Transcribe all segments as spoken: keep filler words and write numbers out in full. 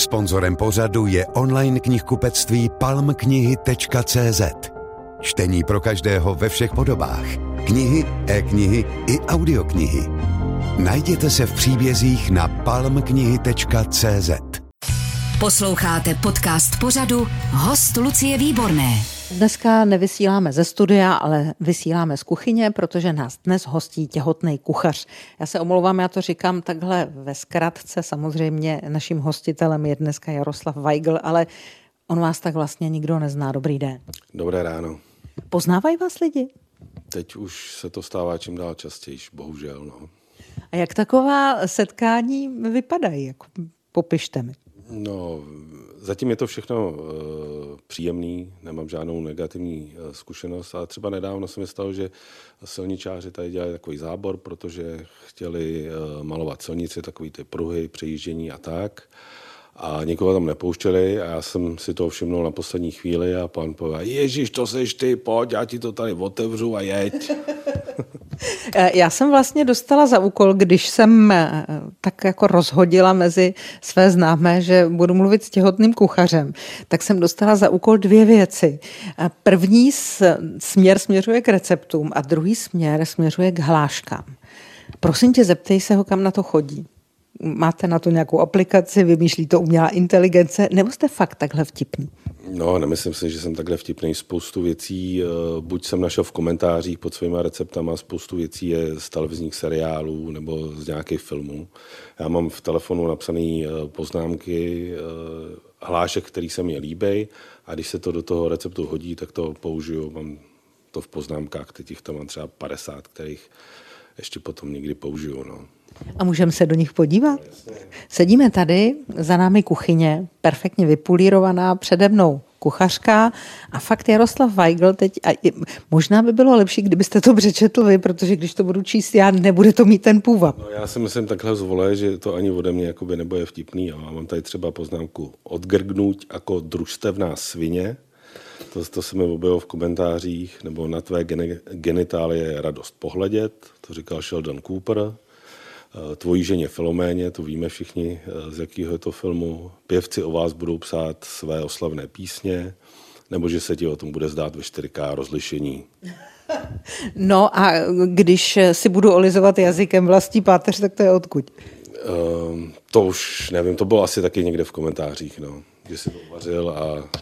Sponzorem pořadu je online knihkupectví palm knihy tečka cé zet. Čtení pro každého ve všech podobách. Knihy, e-knihy i audioknihy. Najděte se v příbězích na palm knihy tečka cé zet. Posloucháte podcast pořadu Host Lucie Výborné. Dneska nevysíláme ze studia, ale vysíláme z kuchyně, protože nás dnes hostí těhotný kuchař. Já se omlouvám, já to říkám takhle ve zkratce. Samozřejmě naším hostitelem je dneska Jaroslav Weigl, ale on vás tak vlastně nikdo nezná. Dobrý den. Dobré ráno. Poznávají vás lidi? Teď už se to stává čím dál častěji, bohužel. No. A jak taková setkání vypadají? Jako, popište mi. No, zatím je to všechno uh, příjemný, nemám žádnou negativní uh, zkušenost, ale třeba nedávno se mi stalo, že silničáři tady dělali takový zábor, protože chtěli uh, malovat silnici, takový ty pruhy, přejíždění a tak. A nikoho tam nepouštěli a já jsem si to všimnul na poslední chvíli a pan povedal, Ježíš, to seš ty, pojď, já ti to tady otevřu a jeď. Já jsem vlastně dostala za úkol, když jsem tak jako rozhodila mezi své známé, že budu mluvit s těhotným kuchařem, tak jsem dostala za úkol dvě věci. První směr směřuje k receptům a druhý směr směřuje k hláškám. Prosím tě, zeptej se ho, kam na to chodí. Máte na to nějakou aplikaci, vymýšlí to umělá inteligence, nebo jste fakt takhle vtipný? No, nemyslím si, že jsem takhle vtipný. Spoustu věcí, buď jsem našel v komentářích pod svýma receptama, spoustu věcí je z televizních seriálů nebo z nějakých filmů. Já mám v telefonu napsané poznámky hlášek, který se mi líbí, a když se to do toho receptu hodí, tak to použiju. Mám to v poznámkách, teď jich tam mám třeba padesát, kterých ještě potom někdy použiju. No. A můžeme se do nich podívat? Sedíme tady, za námi kuchyně, perfektně vypulírovaná, přede mnou kuchařka a fakt Jaroslav Weigl teď, a možná by bylo lepší, kdybyste to přečetl vy, protože když to budu číst já, nebude to mít ten půvab. No, já si myslím takhle zvolé, že to ani ode mě jakoby nebude vtipný. Jo. Mám tady třeba poznámku odgrgnout jako družstevná svině. To, to se mi objevilo v komentářích, nebo na tvé genitálie je radost pohledět, to říkal Sheldon Cooper. Tvojí ženě Filoméně, to víme všichni, z jakého je to filmu. Pěvci o vás budou psát své oslavné písně, nebo že se ti o tom bude zdát ve čtyři ká rozlišení. No a když si budu olizovat jazykem vlastní páteř, tak to je odkud? Um, to už nevím, to bylo asi taky někde v komentářích, no, že si to uvařil a uh,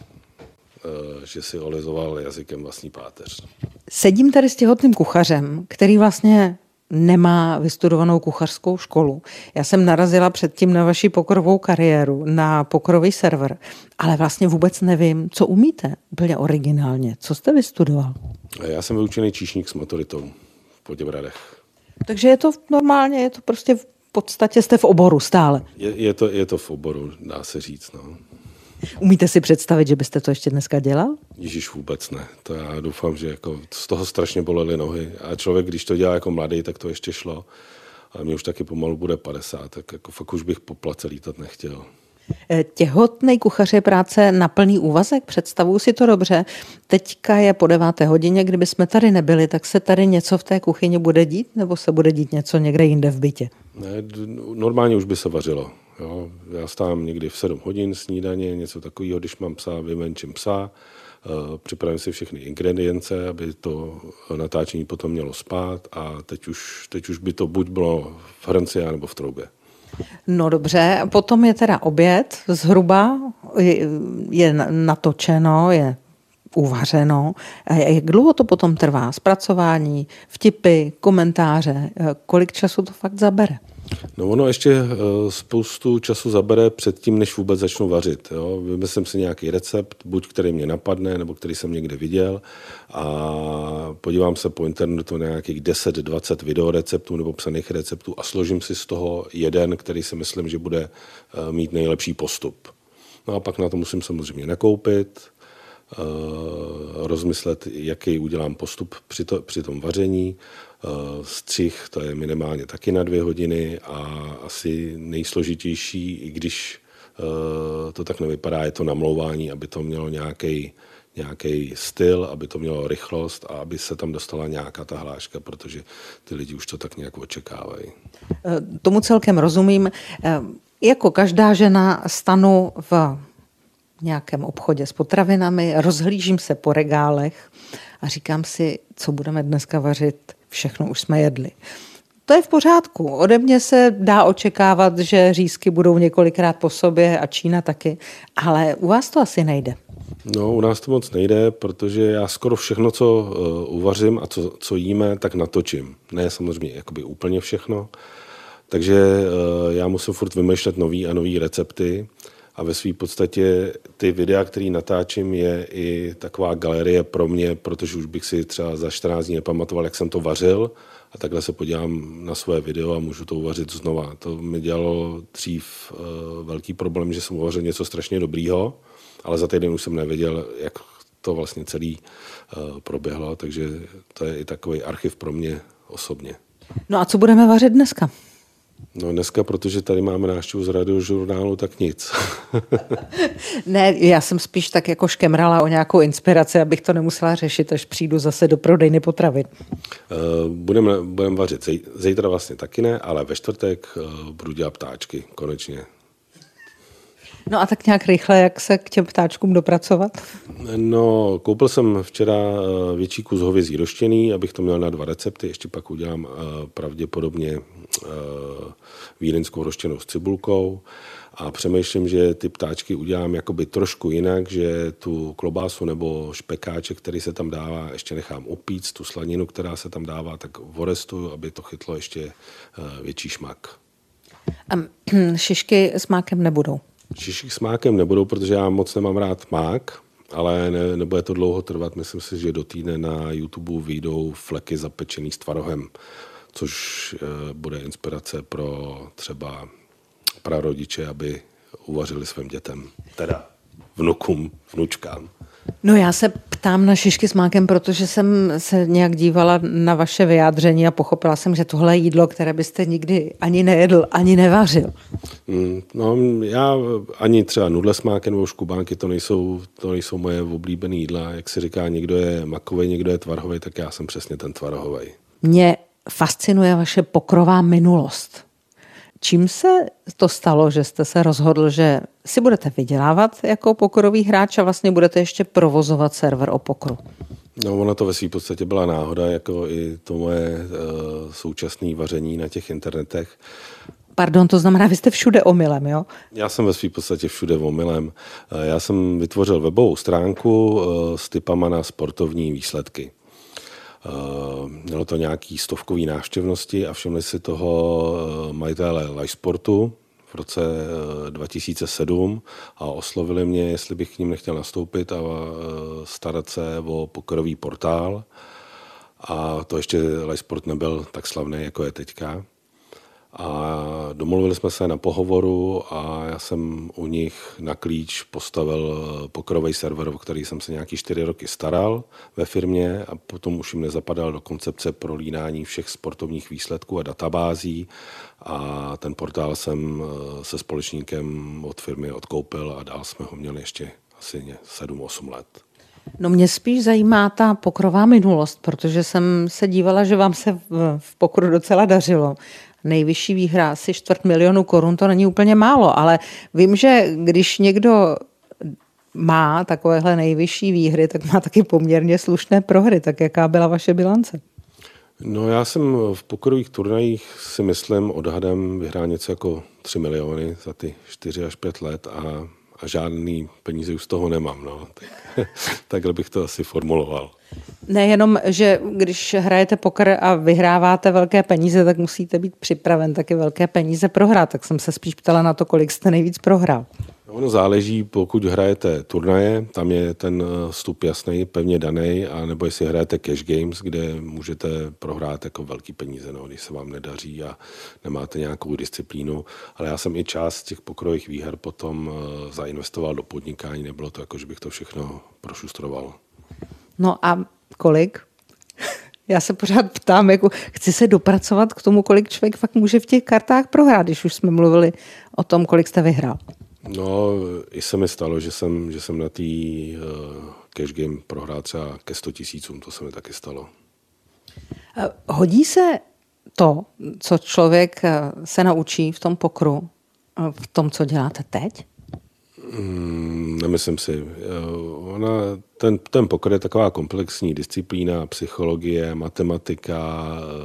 že si olizoval jazykem vlastní páteř. Sedím tady s těhotným kuchařem, který vlastně nemá vystudovanou kuchařskou školu. Já jsem narazila předtím na vaši pokorovou kariéru, na pokorový server, ale vlastně vůbec nevím, co umíte úplně originálně. Co jste vystudoval? Já jsem vyučený číšník s maturitou v Poděbradech. Takže je to normálně, je to prostě v podstatě jste v oboru stále. Je, je, to, je to v oboru, dá se říct, no. Umíte si představit, že byste to ještě dneska dělal? Ježíš, vůbec ne. To já doufám, že jako z toho strašně bolely nohy. A člověk, když to dělá jako mladý, tak to ještě šlo. Ale mě už taky pomalu bude padesát, tak jako fakt už bych po place lítat nechtěl. Těhotný kuchař je práce na plný úvazek, představuju si to dobře. Teďka je po deváté hodině, kdyby jsme tady nebyli, tak se tady něco v té kuchyni bude dít, nebo se bude dít něco někde jinde v bytě? Ne, normálně už by se vařilo. Jo. Já stávám někdy v sedm hodin snídaně, něco takového, když mám psa, vyvenčím psa, uh, připravím si všechny ingredience, aby to natáčení potom mělo spát a teď už, teď už by to buď bylo v hrnci, nebo v troubě. No dobře, potom je teda oběd, zhruba je, je natočeno, je uvařeno. A jak dlouho to potom trvá? Zpracování, vtipy, komentáře, kolik času to fakt zabere? No ono ještě spoustu času zabere předtím, než vůbec začnu vařit. Jo? Vymyslím si nějaký recept, buď který mě napadne, nebo který jsem někde viděl a podívám se po internetu na nějakých deset dvacet videoreceptů nebo psaných receptů a složím si z toho jeden, který si myslím, že bude mít nejlepší postup. No a pak na to musím samozřejmě nakoupit, rozmyslet, jaký udělám postup při, to, při tom vaření. Střih, to je minimálně taky na dvě hodiny a asi nejsložitější, i když to tak nevypadá, je to namlouvání, aby to mělo nějaký nějaký styl, aby to mělo rychlost a aby se tam dostala nějaká ta hláška, protože ty lidi už to tak nějak očekávají. Tomu celkem rozumím. Jako každá žena stanu v nějakém obchodě s potravinami, rozhlížím se po regálech a říkám si, co budeme dneska vařit, všechno už jsme jedli. To je v pořádku. Ode mě se dá očekávat, že řízky budou několikrát po sobě a Čína taky, ale u vás to asi nejde. No, u nás to moc nejde, protože já skoro všechno, co uh, uvařím a co, co jíme, tak natočím. Ne samozřejmě jakoby úplně všechno. Takže uh, já musím furt vymýšlet nový a nový recepty a ve své podstatě ty videa, které natáčím, je i taková galerie pro mě, protože už bych si třeba za čtrnáct dní nepamatoval, jak jsem to vařil a takhle se podívám na své video a můžu to uvařit znova. To mi dělalo dřív uh, velký problém, že jsem uvařil něco strašně dobrýho, ale za týden už jsem nevěděl, jak to vlastně celý uh, proběhlo, takže to je i takový archiv pro mě osobně. No a co budeme vařit dneska? No dneska, protože tady máme návštěvu z Radiožurnálu, tak nic. Ne, já jsem spíš tak jako škemrala o nějakou inspiraci, abych to nemusela řešit, až přijdu zase do prodejny potravin. Uh, budeme, budeme vařit zítra vlastně taky ne, ale ve čtvrtek uh, budu dělat ptáčky, konečně. No a tak nějak rychle, jak se k těm ptáčkům dopracovat? No, koupil jsem včera větší kus hovězí roštěný, abych to měl na dva recepty, ještě pak udělám pravděpodobně vídeňskou roštěnou s cibulkou a přemýšlím, že ty ptáčky udělám jakoby trošku jinak, že tu klobásu nebo špekáček, který se tam dává, ještě nechám upít, tu slaninu, která se tam dává, tak vorestuju, aby to chytlo ještě větší šmak. A šišky s mákem nebudou? Šišky s mákem nebudou, protože já moc nemám rád mák, ale ne, nebude to dlouho trvat. Myslím si, že do týdne na YouTube vyjdou fleky zapečený s tvarohem, což e, bude inspirace pro třeba prarodiče, aby uvařili svým dětem, teda vnukům, vnučkám. No já se ptám na šišky s mákem, protože jsem se nějak dívala na vaše vyjádření a pochopila jsem, že tohle je jídlo, které byste nikdy ani nejedl, ani nevařil. Mm, no já ani třeba nudle s mákem nebo škubánky, to nejsou, to nejsou moje oblíbené jídla. Jak se říká, někdo je makovej, někdo je tvarohovej, tak já jsem přesně ten tvarohovej. Mě fascinuje vaše pokrová minulost. Čím se to stalo, že jste se rozhodl, že si budete vydělávat jako pokerový hráč a vlastně budete ještě provozovat server o pokeru? No, ono to ve své podstatě byla náhoda, jako i to moje uh, současné vaření na těch internetech. Pardon, to znamená, vy jste všude omylem, jo? Já jsem ve své podstatě všude omylem. Uh, já jsem vytvořil webovou stránku uh, s tipama na sportovní výsledky. Uh, mělo to nějaký stovkový návštěvnosti a všimli si toho uh, majitele Live Sportu v roce uh, dva tisíce sedm a oslovili mě, jestli bych k ním nechtěl nastoupit a uh, starat se o pokerový portál. A to ještě Live Sport nebyl tak slavný, jako je teďka. A domluvili jsme se na pohovoru a já jsem u nich na klíč postavil pokerový server, o který jsem se nějaký čtyři roky staral ve firmě a potom už jim nezapadal do koncepce prolínání všech sportovních výsledků a databází a ten portál jsem se společníkem od firmy odkoupil a dál jsme ho měli ještě asi sedm osm let. No mě spíš zajímá ta pokerová minulost, protože jsem se dívala, že vám se v, v pokeru docela dařilo. Nejvyšší výhra asi čtvrt milionu korun, to není úplně málo, ale vím, že když někdo má takovéhle nejvyšší výhry, tak má taky poměrně slušné prohry. Tak jaká byla vaše bilance? No já jsem v pokerových turnajích si myslím odhadem vyhrál něco jako tři miliony za ty čtyři až pět let a, a žádný peníze už z toho nemám. No. Tak, takhle bych to asi formuloval. Nejenom, že když hrajete poker a vyhráváte velké peníze, tak musíte být připraven taky velké peníze prohrát. Tak jsem se spíš ptala na to, kolik jste nejvíc prohrál. Ono záleží, pokud hrajete turnaje, tam je ten vstup jasný, pevně daný, a nebo jestli hrajete cash games, kde můžete prohrát jako velký peníze, no, když se vám nedaří a nemáte nějakou disciplínu. Ale já jsem i část těch pokerových výher potom zainvestoval do podnikání, nebylo to jako, že bych to všechno prošustroval. No a kolik? Já se pořád ptám, jako chci se dopracovat k tomu, kolik člověk fakt může v těch kartách prohrát, když už jsme mluvili o tom, kolik jste vyhrál. No, i se mi stalo, že jsem, že jsem na té uh, cash game prohrál třeba ke sto tisícům, to se mi taky stalo. Hodí se to, co člověk se naučí v tom pokeru, v tom, co děláte teď? Hmm, nemyslím si. Ona, ten, ten poker je taková komplexní disciplína, psychologie, matematika,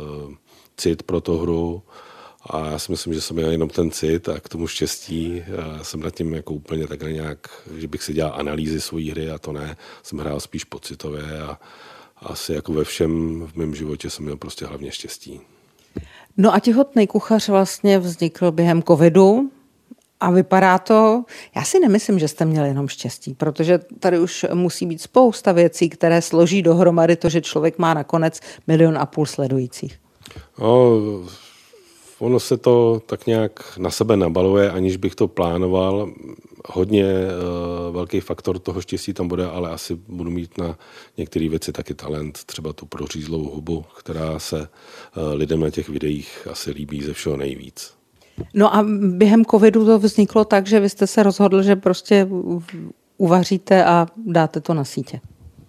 cit pro tu hru. A já si myslím, že jsem měl jenom ten cit a k tomu štěstí. Já jsem nad tím jako úplně takhle nějak, že bych si dělal analýzy svojí hry a to ne. Jsem hrál spíš pocitově a asi jako ve všem v mém životě jsem měl prostě hlavně štěstí. No a těhotný kuchař vlastně vznikl během covidu a vypadá to, já si nemyslím, že jste měl jenom štěstí, protože tady už musí být spousta věcí, které složí dohromady to, že člověk má nakonec milion a půl sledujících. No, ono se to tak nějak na sebe nabaluje, aniž bych to plánoval. Hodně uh, velký faktor toho štěstí tam bude, ale asi budu mít na některé věci taky talent, třeba tu prořízlou hubu, která se uh, lidem na těch videích asi líbí ze všeho nejvíc. No a během covidu to vzniklo tak, že vy jste se rozhodl, že prostě uvaříte a dáte to na sítě.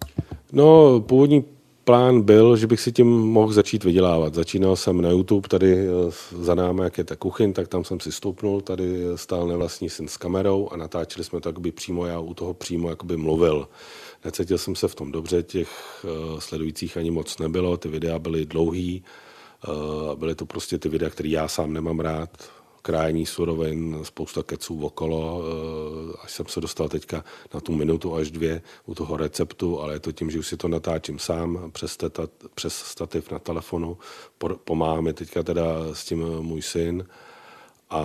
No, původní plán byl, že bych si tím mohl začít vydělávat. Začínal jsem na YouTube, tady za námi, jak je ta kuchyň, tak tam jsem si stoupnul, tady stál nevlastní syn s kamerou a natáčeli jsme to jakoby přímo, já u toho přímo jakoby mluvil. Necítil jsem se v tom dobře, těch uh, sledujících ani moc nebylo, ty videa byly dlouhý, uh, byly to prostě ty videa, které já sám nemám rád, krájení surovin, spousta keců okolo, až jsem se dostal teďka na tu minutu až dvě u toho receptu, ale je to tím, že už si to natáčím sám přes, teta, přes stativ na telefonu. Pomáhá mi teďka teda s tím můj syn a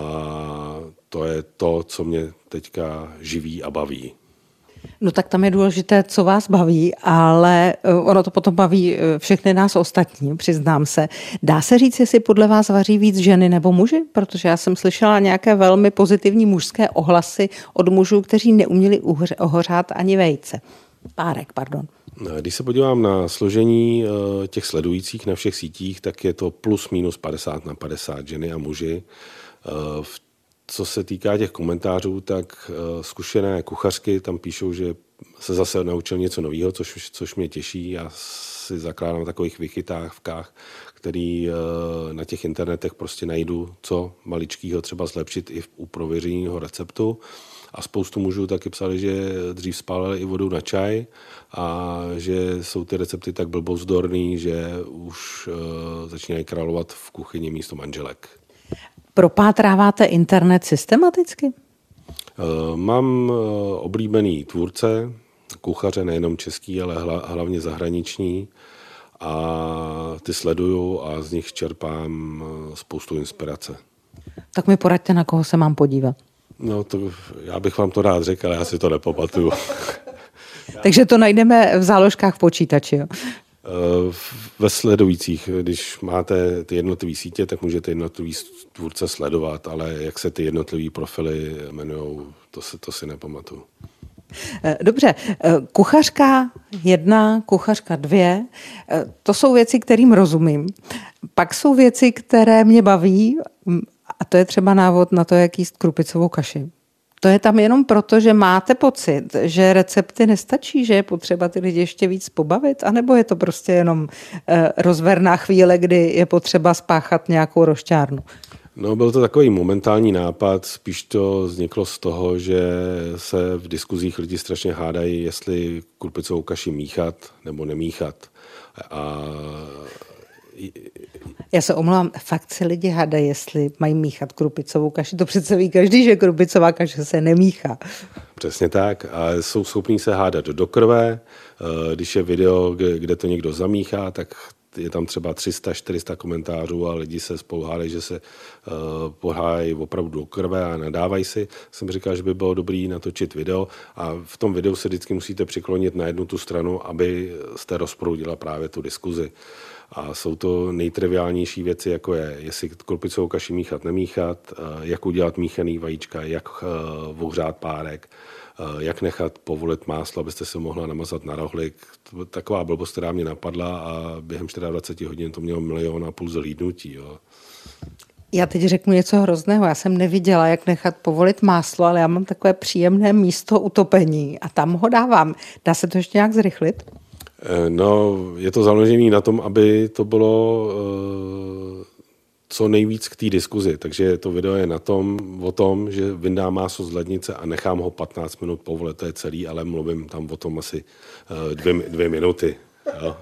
to je to, co mě teďka živí a baví. No tak tam je důležité, co vás baví, ale ono to potom baví všechny nás ostatní, přiznám se. Dá se říct, jestli podle vás vaří víc ženy nebo muži? Protože já jsem slyšela nějaké velmi pozitivní mužské ohlasy od mužů, kteří neuměli ohořát ani vejce. Párek, pardon. Když se podívám na složení těch sledujících na všech sítích, tak je to plus minus padesát na padesát ženy a muži. V Co se týká těch komentářů, tak uh, zkušené kuchařky tam píšou, že se zase naučil něco nového, což, což mě těší. Já si zakládám na takových vychytávkách, který uh, na těch internetech prostě najdu, co maličkýho třeba zlepšit i u prověřeného receptu. A spoustu mužů taky psali, že dřív spálili i vodu na čaj a že jsou ty recepty tak blbouzdorný, že už uh, začínají královat v kuchyni místo manželek. Propátráváte internet systematicky? Mám oblíbený tvůrce, kuchaře, nejenom český, ale hlavně zahraniční a ty sleduju a z nich čerpám spoustu inspirace. Tak mi poraďte, na koho se mám podívat. No to, já bych vám to rád řekl, ale já si to nepamatuju. Takže to najdeme v záložkách v počítači, jo? Ve sledujících, když máte ty jednotlivé sítě, tak můžete jednotlivý tvůrce sledovat, ale jak se ty jednotlivé profily jmenujou, to, se, to si nepamatuju. Dobře, kuchařka jedna, kuchařka dvě, to jsou věci, kterým rozumím. Pak jsou věci, které mě baví a to je třeba návod na to, jak jíst krupicovou kaši. To je tam jenom proto, že máte pocit, že recepty nestačí, že je potřeba ty lidi ještě víc pobavit, anebo je to prostě jenom eh, rozverná chvíle, kdy je potřeba spáchat nějakou rošťárnu? No, byl to takový momentální nápad, spíš to vzniklo z toho, že se v diskuzích lidi strašně hádají, jestli krupicovou kaši míchat nebo nemíchat. A já se omlouvám, fakt se lidi hádají, jestli mají míchat krupicovou kaši. To přece ví každý, že krupicová kaše se nemíchá. Přesně tak. A jsou schopní se hádat do krve. Když je video, kde to někdo zamíchá, tak je tam třeba tři sta čtyři sta komentářů a lidi se spolu hádají, že se pohádají opravdu do krve a nadávají si. Jsem říkal, že by bylo dobré natočit video a v tom videu se vždycky musíte přiklonit na jednu tu stranu, aby jste rozproudila právě tu diskuzi. A jsou to nejtriviálnější věci, jako je, jestli krupicovou kaši míchat, nemíchat, jak udělat míchaný vajíčka, jak ohřát párek, jak nechat povolit máslo, abyste se mohla namazat na rohlík. Taková blbost, která mě napadla a během dvacet čtyři hodin to mělo milion a půl zhlídnutí. Jo. Já teď řeknu něco hrozného. Já jsem neviděla, jak nechat povolit máslo, ale já mám takové příjemné místo utopení a tam ho dávám. Dá se to ještě nějak zrychlit? No, je to založené na tom, aby to bylo co nejvíc k té diskuzi. Takže to video je na tom, o tom, že vyndám máso z lednice a nechám ho patnáct minut povolet, to je celý, ale mluvím tam o tom asi dvě, dvě minuty. Jo.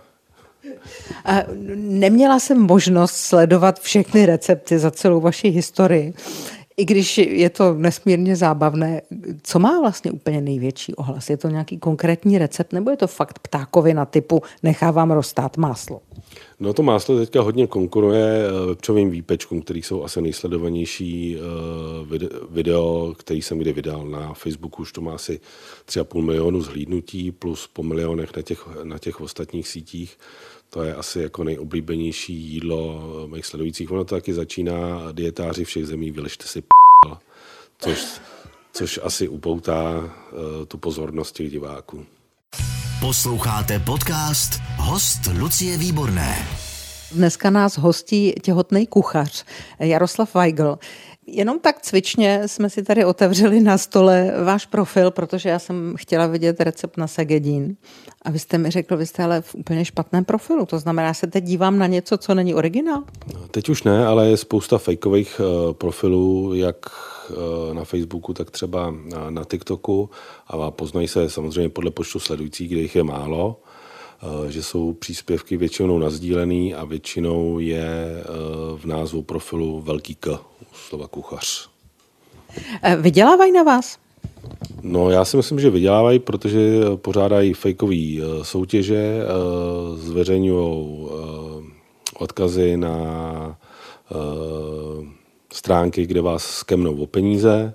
Neměla jsem možnost sledovat všechny recepty za celou vaši historii. I když je to nesmírně zábavné, co má vlastně úplně největší ohlas? Je to nějaký konkrétní recept, nebo je to fakt ptákovina typu nechávám roztát máslo? No to máslo teďka hodně konkuruje vepřovým výpečkům, který jsou asi nejsledovanější video, který jsem kdy vydal na Facebooku. Už to má asi tři a půl milionu zhlídnutí plus po milionech na těch, na těch ostatních sítích. To je asi jako nejoblíbenější jídlo mých sledujících. Ono to taky začíná dietáři všech zemí, vyležte si p***, což, což asi upoutá uh, tu pozornost těch diváků. Posloucháte podcast Host Lucie Výborné. Dneska nás hostí těhotný kuchař Jaroslav Weigl. Jenom tak cvičně jsme si tady otevřeli na stole váš profil, protože já jsem chtěla vidět recept na segedín. A vy jste mi řekl, vy jste ale v úplně špatném profilu. To znamená, já se teď dívám na něco, co není originál? Teď už ne, ale je spousta fejkových uh, profilů, jak uh, na Facebooku, tak třeba na, na TikToku. A poznají se samozřejmě podle počtu sledujících, kde jich je málo. Že jsou příspěvky většinou nasdílený a většinou je v názvu profilu velký K, slova kuchař. Vydělávají na vás? No já si myslím, že vydělávají, protože pořádají fejkový soutěže, zveřejňují odkazy na stránky, kde vás skemnou o peníze,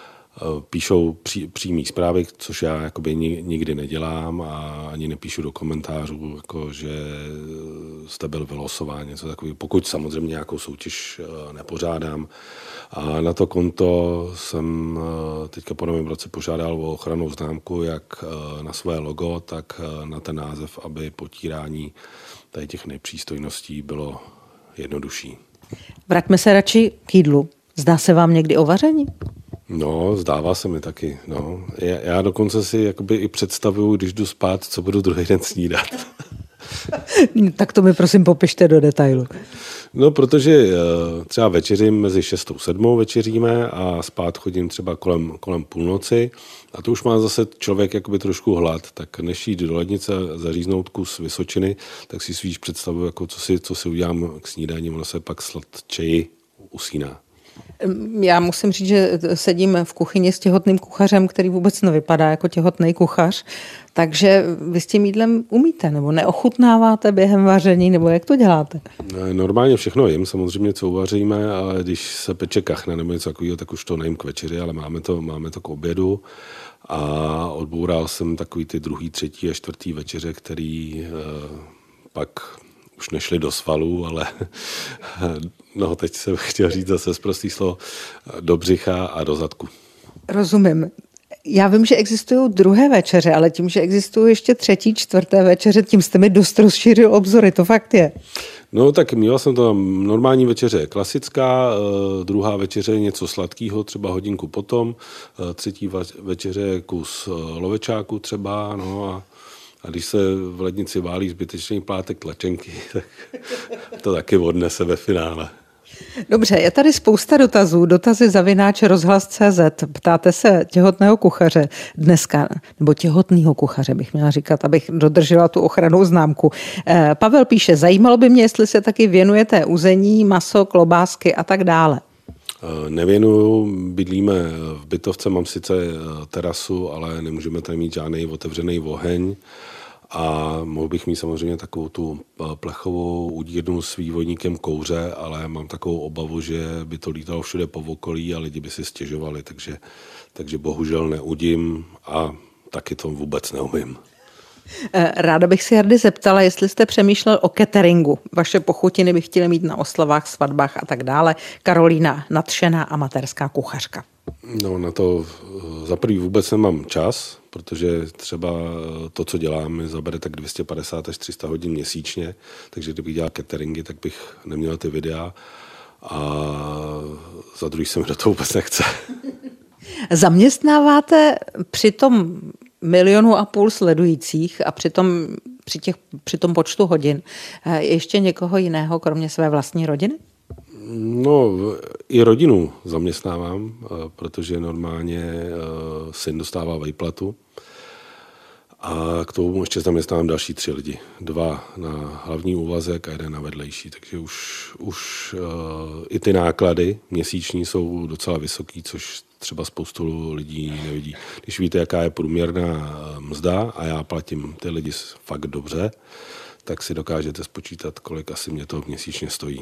píšou pří, přímý zprávy, což já jakoby nikdy nedělám a ani nepíšu do komentářů, jako že jste byl vylosován, něco takového, pokud samozřejmě nějakou soutěž nepořádám. A na to konto jsem teďka po novém roce požádal o ochrannou známku, jak na své logo, tak na ten název, aby potírání tady těch nepřístojností bylo jednodušší. Vraťme se radši k jídlu. Zdá se vám někdy o vaření? No, zdává se mi taky, no. Já, já dokonce si jakoby i představuju, když jdu spát, co budu druhý den snídat. Tak to mi prosím popište do detailu. No, protože třeba večeřím mezi šestou, sedmou večeříme a spát chodím třeba kolem, kolem půlnoci a to už má zase člověk jakoby trošku hlad, tak než jít do lednice a zaříznout kus Vysočiny, tak si spíš představuju, jako co si, co si udělám k snídani, ono se pak sladčeji usíná. Já musím říct, že sedím v kuchyni s těhotným kuchařem, který vůbec nevypadá jako těhotný kuchař, takže vy s tím jídlem umíte, nebo neochutnáváte během vaření, nebo jak to děláte? Normálně všechno jim, samozřejmě, co uvaříme, ale když se peče kachna nebo něco takového, tak už to nejím k večeři, ale máme to, máme to k obědu a odboural jsem takový ty druhý, třetí a čtvrtý večeře, který eh, pak už nešli do svalů, ale no, teď jsem chtěl říct zase zprostý slovo, do břicha a do zadku. Rozumím. Já vím, že existují druhé večeře, ale tím, že existují ještě třetí, čtvrté večeře, tím jste mi dost rozšířil obzory, to fakt je. No tak měla jsem to normální večeře klasická, druhá večeře je něco sladkého, třeba hodinku potom, třetí večeře je kus lovečáku třeba, no a A když se v lednici válí zbytečný plátek tlačenky, tak to taky odnese ve finále. Dobře, je tady spousta dotazů. Dotazy zavináč rozhlas tečka cé zet. Ptáte se těhotného kuchaře dneska, nebo těhotného kuchaře bych měla říkat, abych dodržela tu ochrannou známku. Pavel píše, zajímalo by mě, jestli se taky věnujete uzení, maso, klobásky a tak dále. Nevěnuju, bydlíme v bytovce, mám sice terasu, ale nemůžeme tady mít žádný otevřený oheň a mohl bych mít samozřejmě takovou tu plechovou udírnu s vývojníkem kouře, ale mám takovou obavu, že by to lítalo všude po okolí a lidi by si stěžovali, takže, takže bohužel neudím a taky to vůbec neumím. Ráda bych si Jardy zeptala, jestli jste přemýšlel o cateringu. Vaše pochutiny by chtěli mít na oslavách, svatbách a tak dále. Karolína, nadšená amatérská kuchařka. No na to za prvý vůbec nemám čas, protože třeba to, co dělám, mi zabere tak dvě stě padesát až tři sta hodin měsíčně, takže kdybych dělal cateringy, tak bych neměl ty videa a za druhý se mi do toho vůbec nechce. Zaměstnáváte při tom milionu a půl sledujících a přitom, při, těch, při tom počtu hodin ještě někoho jiného, kromě své vlastní rodiny? No, i rodinu zaměstnávám, protože normálně syn dostává výplatu. A k tomu ještě zaměstnávám další tři lidi. Dva na hlavní úvazek a jeden na vedlejší. Takže už, už uh, i ty náklady měsíční jsou docela vysoký, což třeba spoustu lidí nevidí. Když víte, jaká je průměrná mzda a já platím ty lidi fakt dobře, tak si dokážete spočítat, kolik asi mě to měsíčně stojí.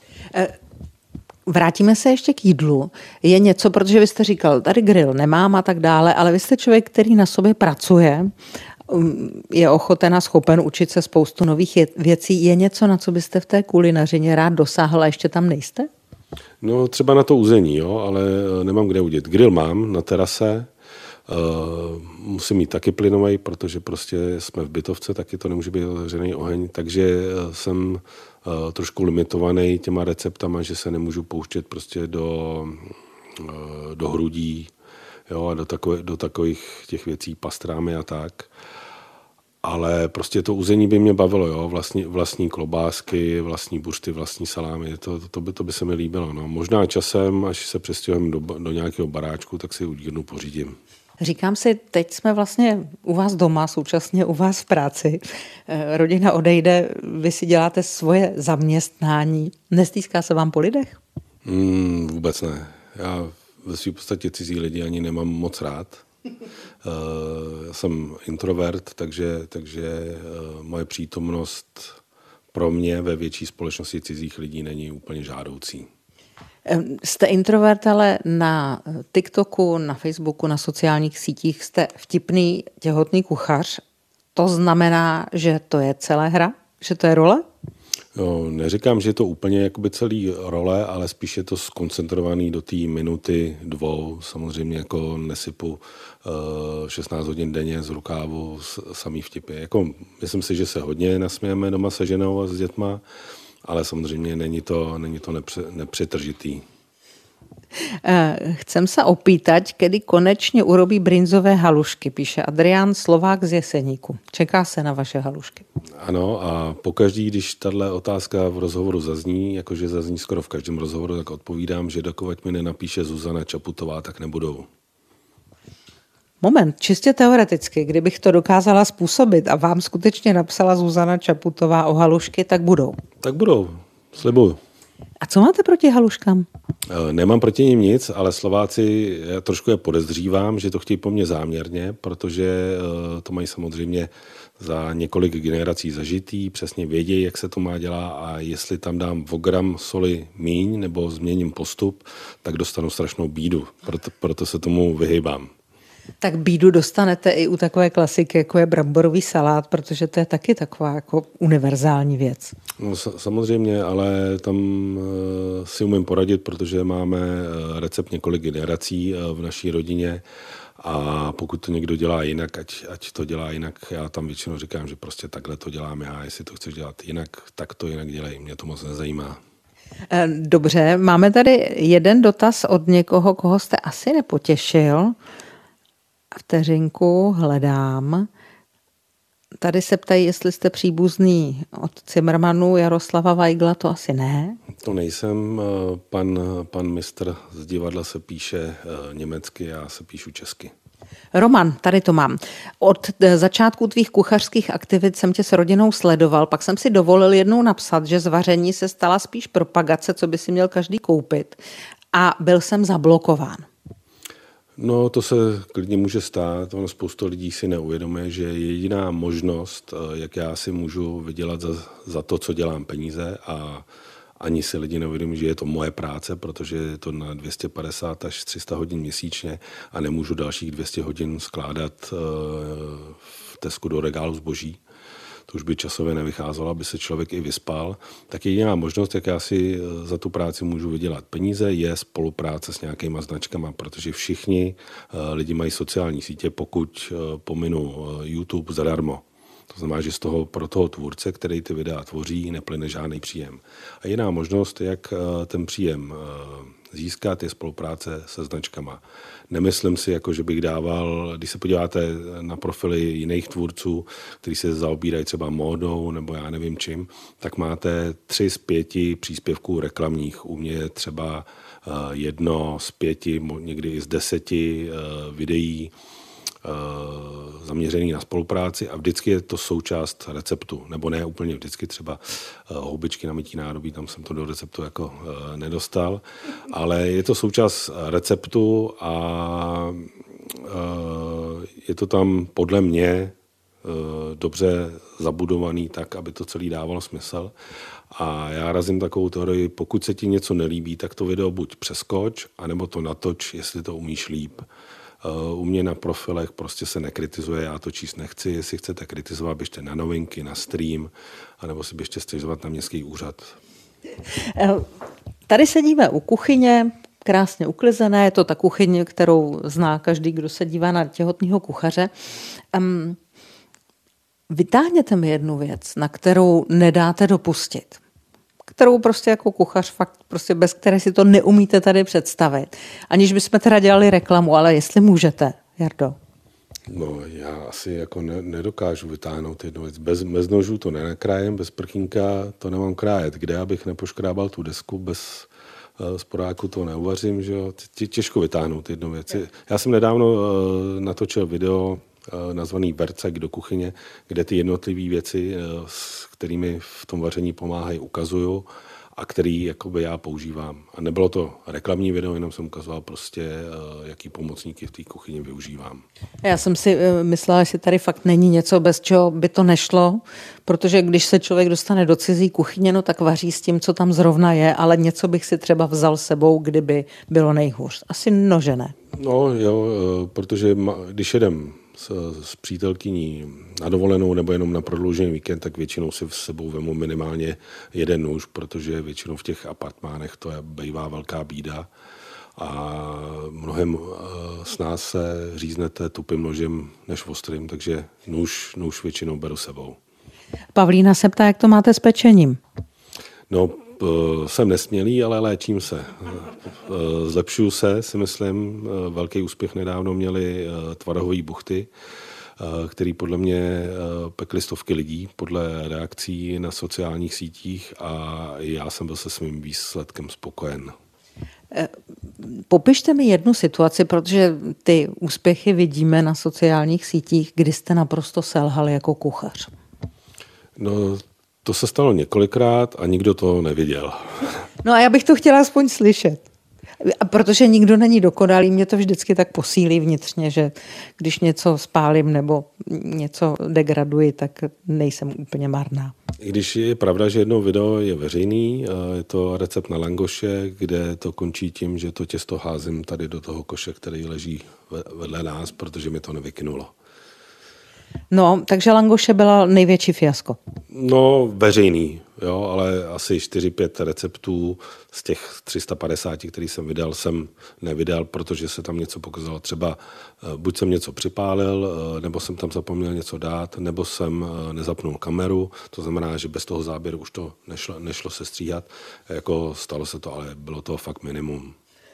Vrátíme se ještě k jídlu. Je něco, protože vy jste říkal, tady grill nemám a tak dále, ale vy jste člověk, který na sobě pracuje, je ochoten a schopen učit se spoustu nových věcí. Je něco, na co byste v té kulinařině rád dosáhl a ještě tam nejste? No třeba na to uzení, jo, ale nemám kde udělat. Grill mám na terase, Uh, musím mít taky plynovej, protože prostě jsme v bytovce, taky to nemůže být otevřený oheň, takže jsem uh, trošku limitovaný těma receptama, že se nemůžu pouštět prostě do, uh, do hrudí, jo, a do, takové, do takových těch věcí, pastrámy a tak. Ale prostě to uzení by mě bavilo, jo, vlastní, vlastní klobásky, vlastní buřty, vlastní salámy, to, to, by, to by se mi líbilo. No. Možná časem, až se přestěhujeme do, do nějakého baráčku, tak si jednu pořídím. Říkám si, teď jsme vlastně u vás doma, současně u vás v práci. Rodina odejde, vy si děláte svoje zaměstnání. Nestýská se vám po lidech? Mm, vůbec ne. Já ve svým podstatě cizí lidi ani nemám moc rád. Uh, já jsem introvert, takže, takže uh, moje přítomnost pro mě ve větší společnosti cizích lidí není úplně žádoucí. Jste introvert, ale na TikToku, na Facebooku, na sociálních sítích jste vtipný těhotný kuchař. To znamená, že to je celá hra? Že to je role? No, neříkám, že je to úplně jakoby celý role, ale spíš je to skoncentrovaný do té minuty, dvou. Samozřejmě jako nesypu uh, šestnáct hodin denně z rukávu samý vtipy. Jako, myslím si, že se hodně nasmějeme doma se ženou a s dětma, ale samozřejmě není to, není to nepře, nepřetržitý. Chcem se opýtať, kedy konečně urobí brinzové halušky, píše Adrián Slovák z Jeseníku. Čeká se na vaše halušky. Ano, a pokaždý, když tahle otázka v rozhovoru zazní, jakože zazní skoro v každém rozhovoru, tak odpovídám, že dokud mi nenapíše Zuzana Čaputová, tak nebudou. Moment, čistě teoreticky, kdybych to dokázala způsobit a vám skutečně napsala Zuzana Čaputová o halušky, tak budou. Tak budou, slibuju. A co máte proti haluškám? Nemám proti nim nic, ale Slováci, já trošku je podezřívám, že to chtějí po mně záměrně, protože to mají samozřejmě za několik generací zažitý, přesně vědějí, jak se to má dělat a jestli tam dám o gram soli míň nebo změním postup, tak dostanu strašnou bídu. Proto, proto se tomu vyhýbám. Tak bídu dostanete i u takové klasiky, jako je bramborový salát, protože to je taky taková jako univerzální věc. No, samozřejmě, ale tam si umím poradit, protože máme recept několik generací v naší rodině a pokud to někdo dělá jinak, ať, ať to dělá jinak, já tam většinou říkám, že prostě takhle to dělám já, jestli to chceš dělat jinak, tak to jinak dělej, mě to moc nezajímá. Dobře, máme tady jeden dotaz od někoho, koho jste asi nepotěšil. Vteřinku, hledám. Tady se ptají, jestli jste příbuzný od Cimrmanů Jaroslava Weigla, to asi ne. To nejsem. Pan, pan mistr z divadla se píše německy, já se píšu česky. Roman, tady to mám. Od začátku tvých kuchařských aktivit jsem tě s rodinou sledoval, pak jsem si dovolil jednou napsat, že z vaření se stala spíš propagace, co by si měl každý koupit. A byl jsem zablokován. No, to se klidně může stát. Ono spoustu lidí si neuvědomuje, že jediná možnost, jak já si můžu vydělat za, za to, co dělám peníze a ani si lidi neuvědomí, že je to moje práce, protože je to na dvě stě padesát až tři sta hodin měsíčně a nemůžu dalších dvě stě hodin skládat v Tesku do regálu zboží. To už by časově nevycházelo, aby se člověk i vyspal, tak jediná možnost, jak já si za tu práci můžu vydělat peníze, je spolupráce s nějakýma značkama, protože všichni lidi mají sociální sítě, pokud pominu YouTube zadarmo. To znamená, že z toho pro toho tvůrce, který ty videa tvoří, neplyne žádný příjem. A jiná možnost, jak ten příjem získat, je spolupráce se značkama. Nemyslím si, jako, že bych dával, když se podíváte na profily jiných tvůrců, kteří se zaobírají třeba módou nebo já nevím čím, tak máte tři z pěti příspěvků reklamních. U mě je třeba jedno z pěti, někdy i z deseti videí zaměřený na spolupráci a vždycky je to součást receptu, nebo ne úplně vždycky, třeba houbičky na mytí nádobí, tam jsem to do receptu jako nedostal, ale je to součást receptu a je to tam podle mě dobře zabudovaný tak, aby to celý dávalo smysl. A já razím takovou teorii, pokud se ti něco nelíbí, tak to video buď přeskoč, anebo to natoč, jestli to umíš líp. U mě na profilech prostě se nekritizuje, já to číst nechci, jestli chcete kritizovat, běžte na novinky, na stream, anebo si běžte stěžovat na městský úřad. Tady sedíme u kuchyně, krásně uklizené, je to ta kuchyně, kterou zná každý, kdo se dívá na Těhotného kuchaře. Um, vytáhněte mi jednu věc, na kterou nedáte dopustit. Kterou prostě jako kuchař fakt prostě bez které si to neumíte tady představit. Aniž bychom teda dělali reklamu, ale jestli můžete, Jardo. No, já asi jako ne, nedokážu vytáhnout jednu věc. Bez, bez nožů to nenakrájem, bez prkínka to nemám krájet. Kde abych nepoškrábal tu desku, bez uh, sporáku to neuvařím, že jo. Tě, těžko vytáhnout jednu věc. Já jsem nedávno uh, natočil video uh, nazvaný Vercek do kuchyně, kde ty jednotlivé věci, uh, s kterými v tom vaření pomáhají, ukazuju a který jakoby já používám. A nebylo to reklamní video, jenom jsem ukazoval prostě, jaký pomocníky v té kuchyni využívám. Já jsem si myslela, že tady fakt není něco, bez čeho by to nešlo, protože když se člověk dostane do cizí kuchyně, no tak vaří s tím, co tam zrovna je, ale něco bych si třeba vzal sebou, kdyby bylo nejhůř. Asi nože ne. No jo, protože když jedem s, s přítelkyní na dovolenou nebo jenom na prodloužený víkend, tak většinou si s sebou vemu minimálně jeden nůž, protože většinou v těch apartmánech to je, bývá velká bída a mnohem s nás se říznete tupým nožem než ostrým, takže nůž, nůž většinou beru sebou. Pavlína se ptá, jak to máte s pečením? No, jsem nesmělý, ale léčím se. Zlepšuju se, si myslím. Velký úspěch nedávno měli tvarohové buchty, který podle mě pekly stovky lidí podle reakcí na sociálních sítích a já jsem byl se svým výsledkem spokojen. Popište mi jednu situaci, protože ty úspěchy vidíme na sociálních sítích, kdy jste naprosto selhal jako kuchař. No, to se stalo několikrát a nikdo to neviděl. No a já bych to chtěla aspoň slyšet. A protože nikdo není dokonalý, mě to vždycky tak posílí vnitřně, že když něco spálím nebo něco degraduji, tak nejsem úplně marná. I když je pravda, že jedno video je veřejný, je to recept na langoše, kde to končí tím, že to těsto házím tady do toho koše, který leží vedle nás, protože mi to nevykynulo. No, takže langoše byla největší fiasko. No, veřejný, jo, ale asi čtyři pět receptů z těch tři sta padesáti, který jsem vydal, jsem nevydal, protože se tam něco pokazalo. Třeba buď jsem něco připálil, nebo jsem tam zapomněl něco dát, nebo jsem nezapnul kameru, to znamená, že bez toho záběru už to nešlo, nešlo se stříhat. Jako stalo se to, ale bylo to fakt minimum.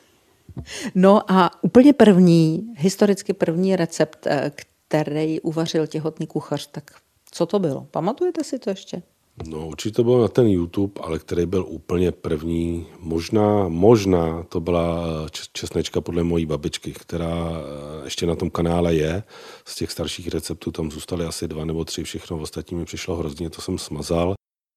No a úplně první, historicky první recept, který uvařil těhotný kuchař, tak co to bylo? Pamatujete si to ještě? No určitě to bylo na ten YouTube, ale který byl úplně první. Možná, možná to byla česnečka podle mojí babičky, která ještě na tom kanále je. Z těch starších receptů tam zůstaly asi dva nebo tři, všechno ostatní mi přišlo hrozně, to jsem smazal.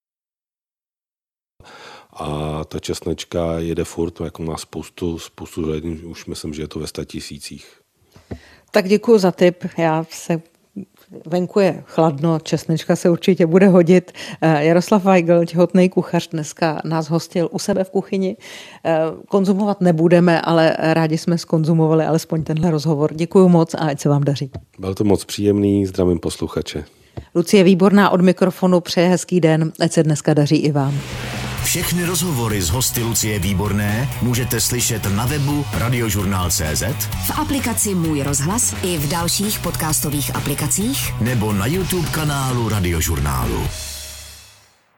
A ta česnečka jede furt, jako má spoustu, spoustu lidí, už myslím, že je to ve statisících. Tak děkuji za tip. Já se venku je chladno, česnečka se určitě bude hodit. Jaroslav Weigl, těhotný kuchař, dneska nás hostil u sebe v kuchyni. Konzumovat nebudeme, ale rádi jsme skonzumovali alespoň tenhle rozhovor. Děkuji moc a ať se vám daří. Byl to moc příjemný, zdravím posluchače. Lucie Výborná od mikrofonu, přeje hezký den, ať se dneska daří i vám. Všechny rozhovory s hosty Lucie Výborné můžete slyšet na webu radiožurnál tečka cé zet, v aplikaci Můj rozhlas i v dalších podcastových aplikacích nebo na YouTube kanálu Radiožurnálu.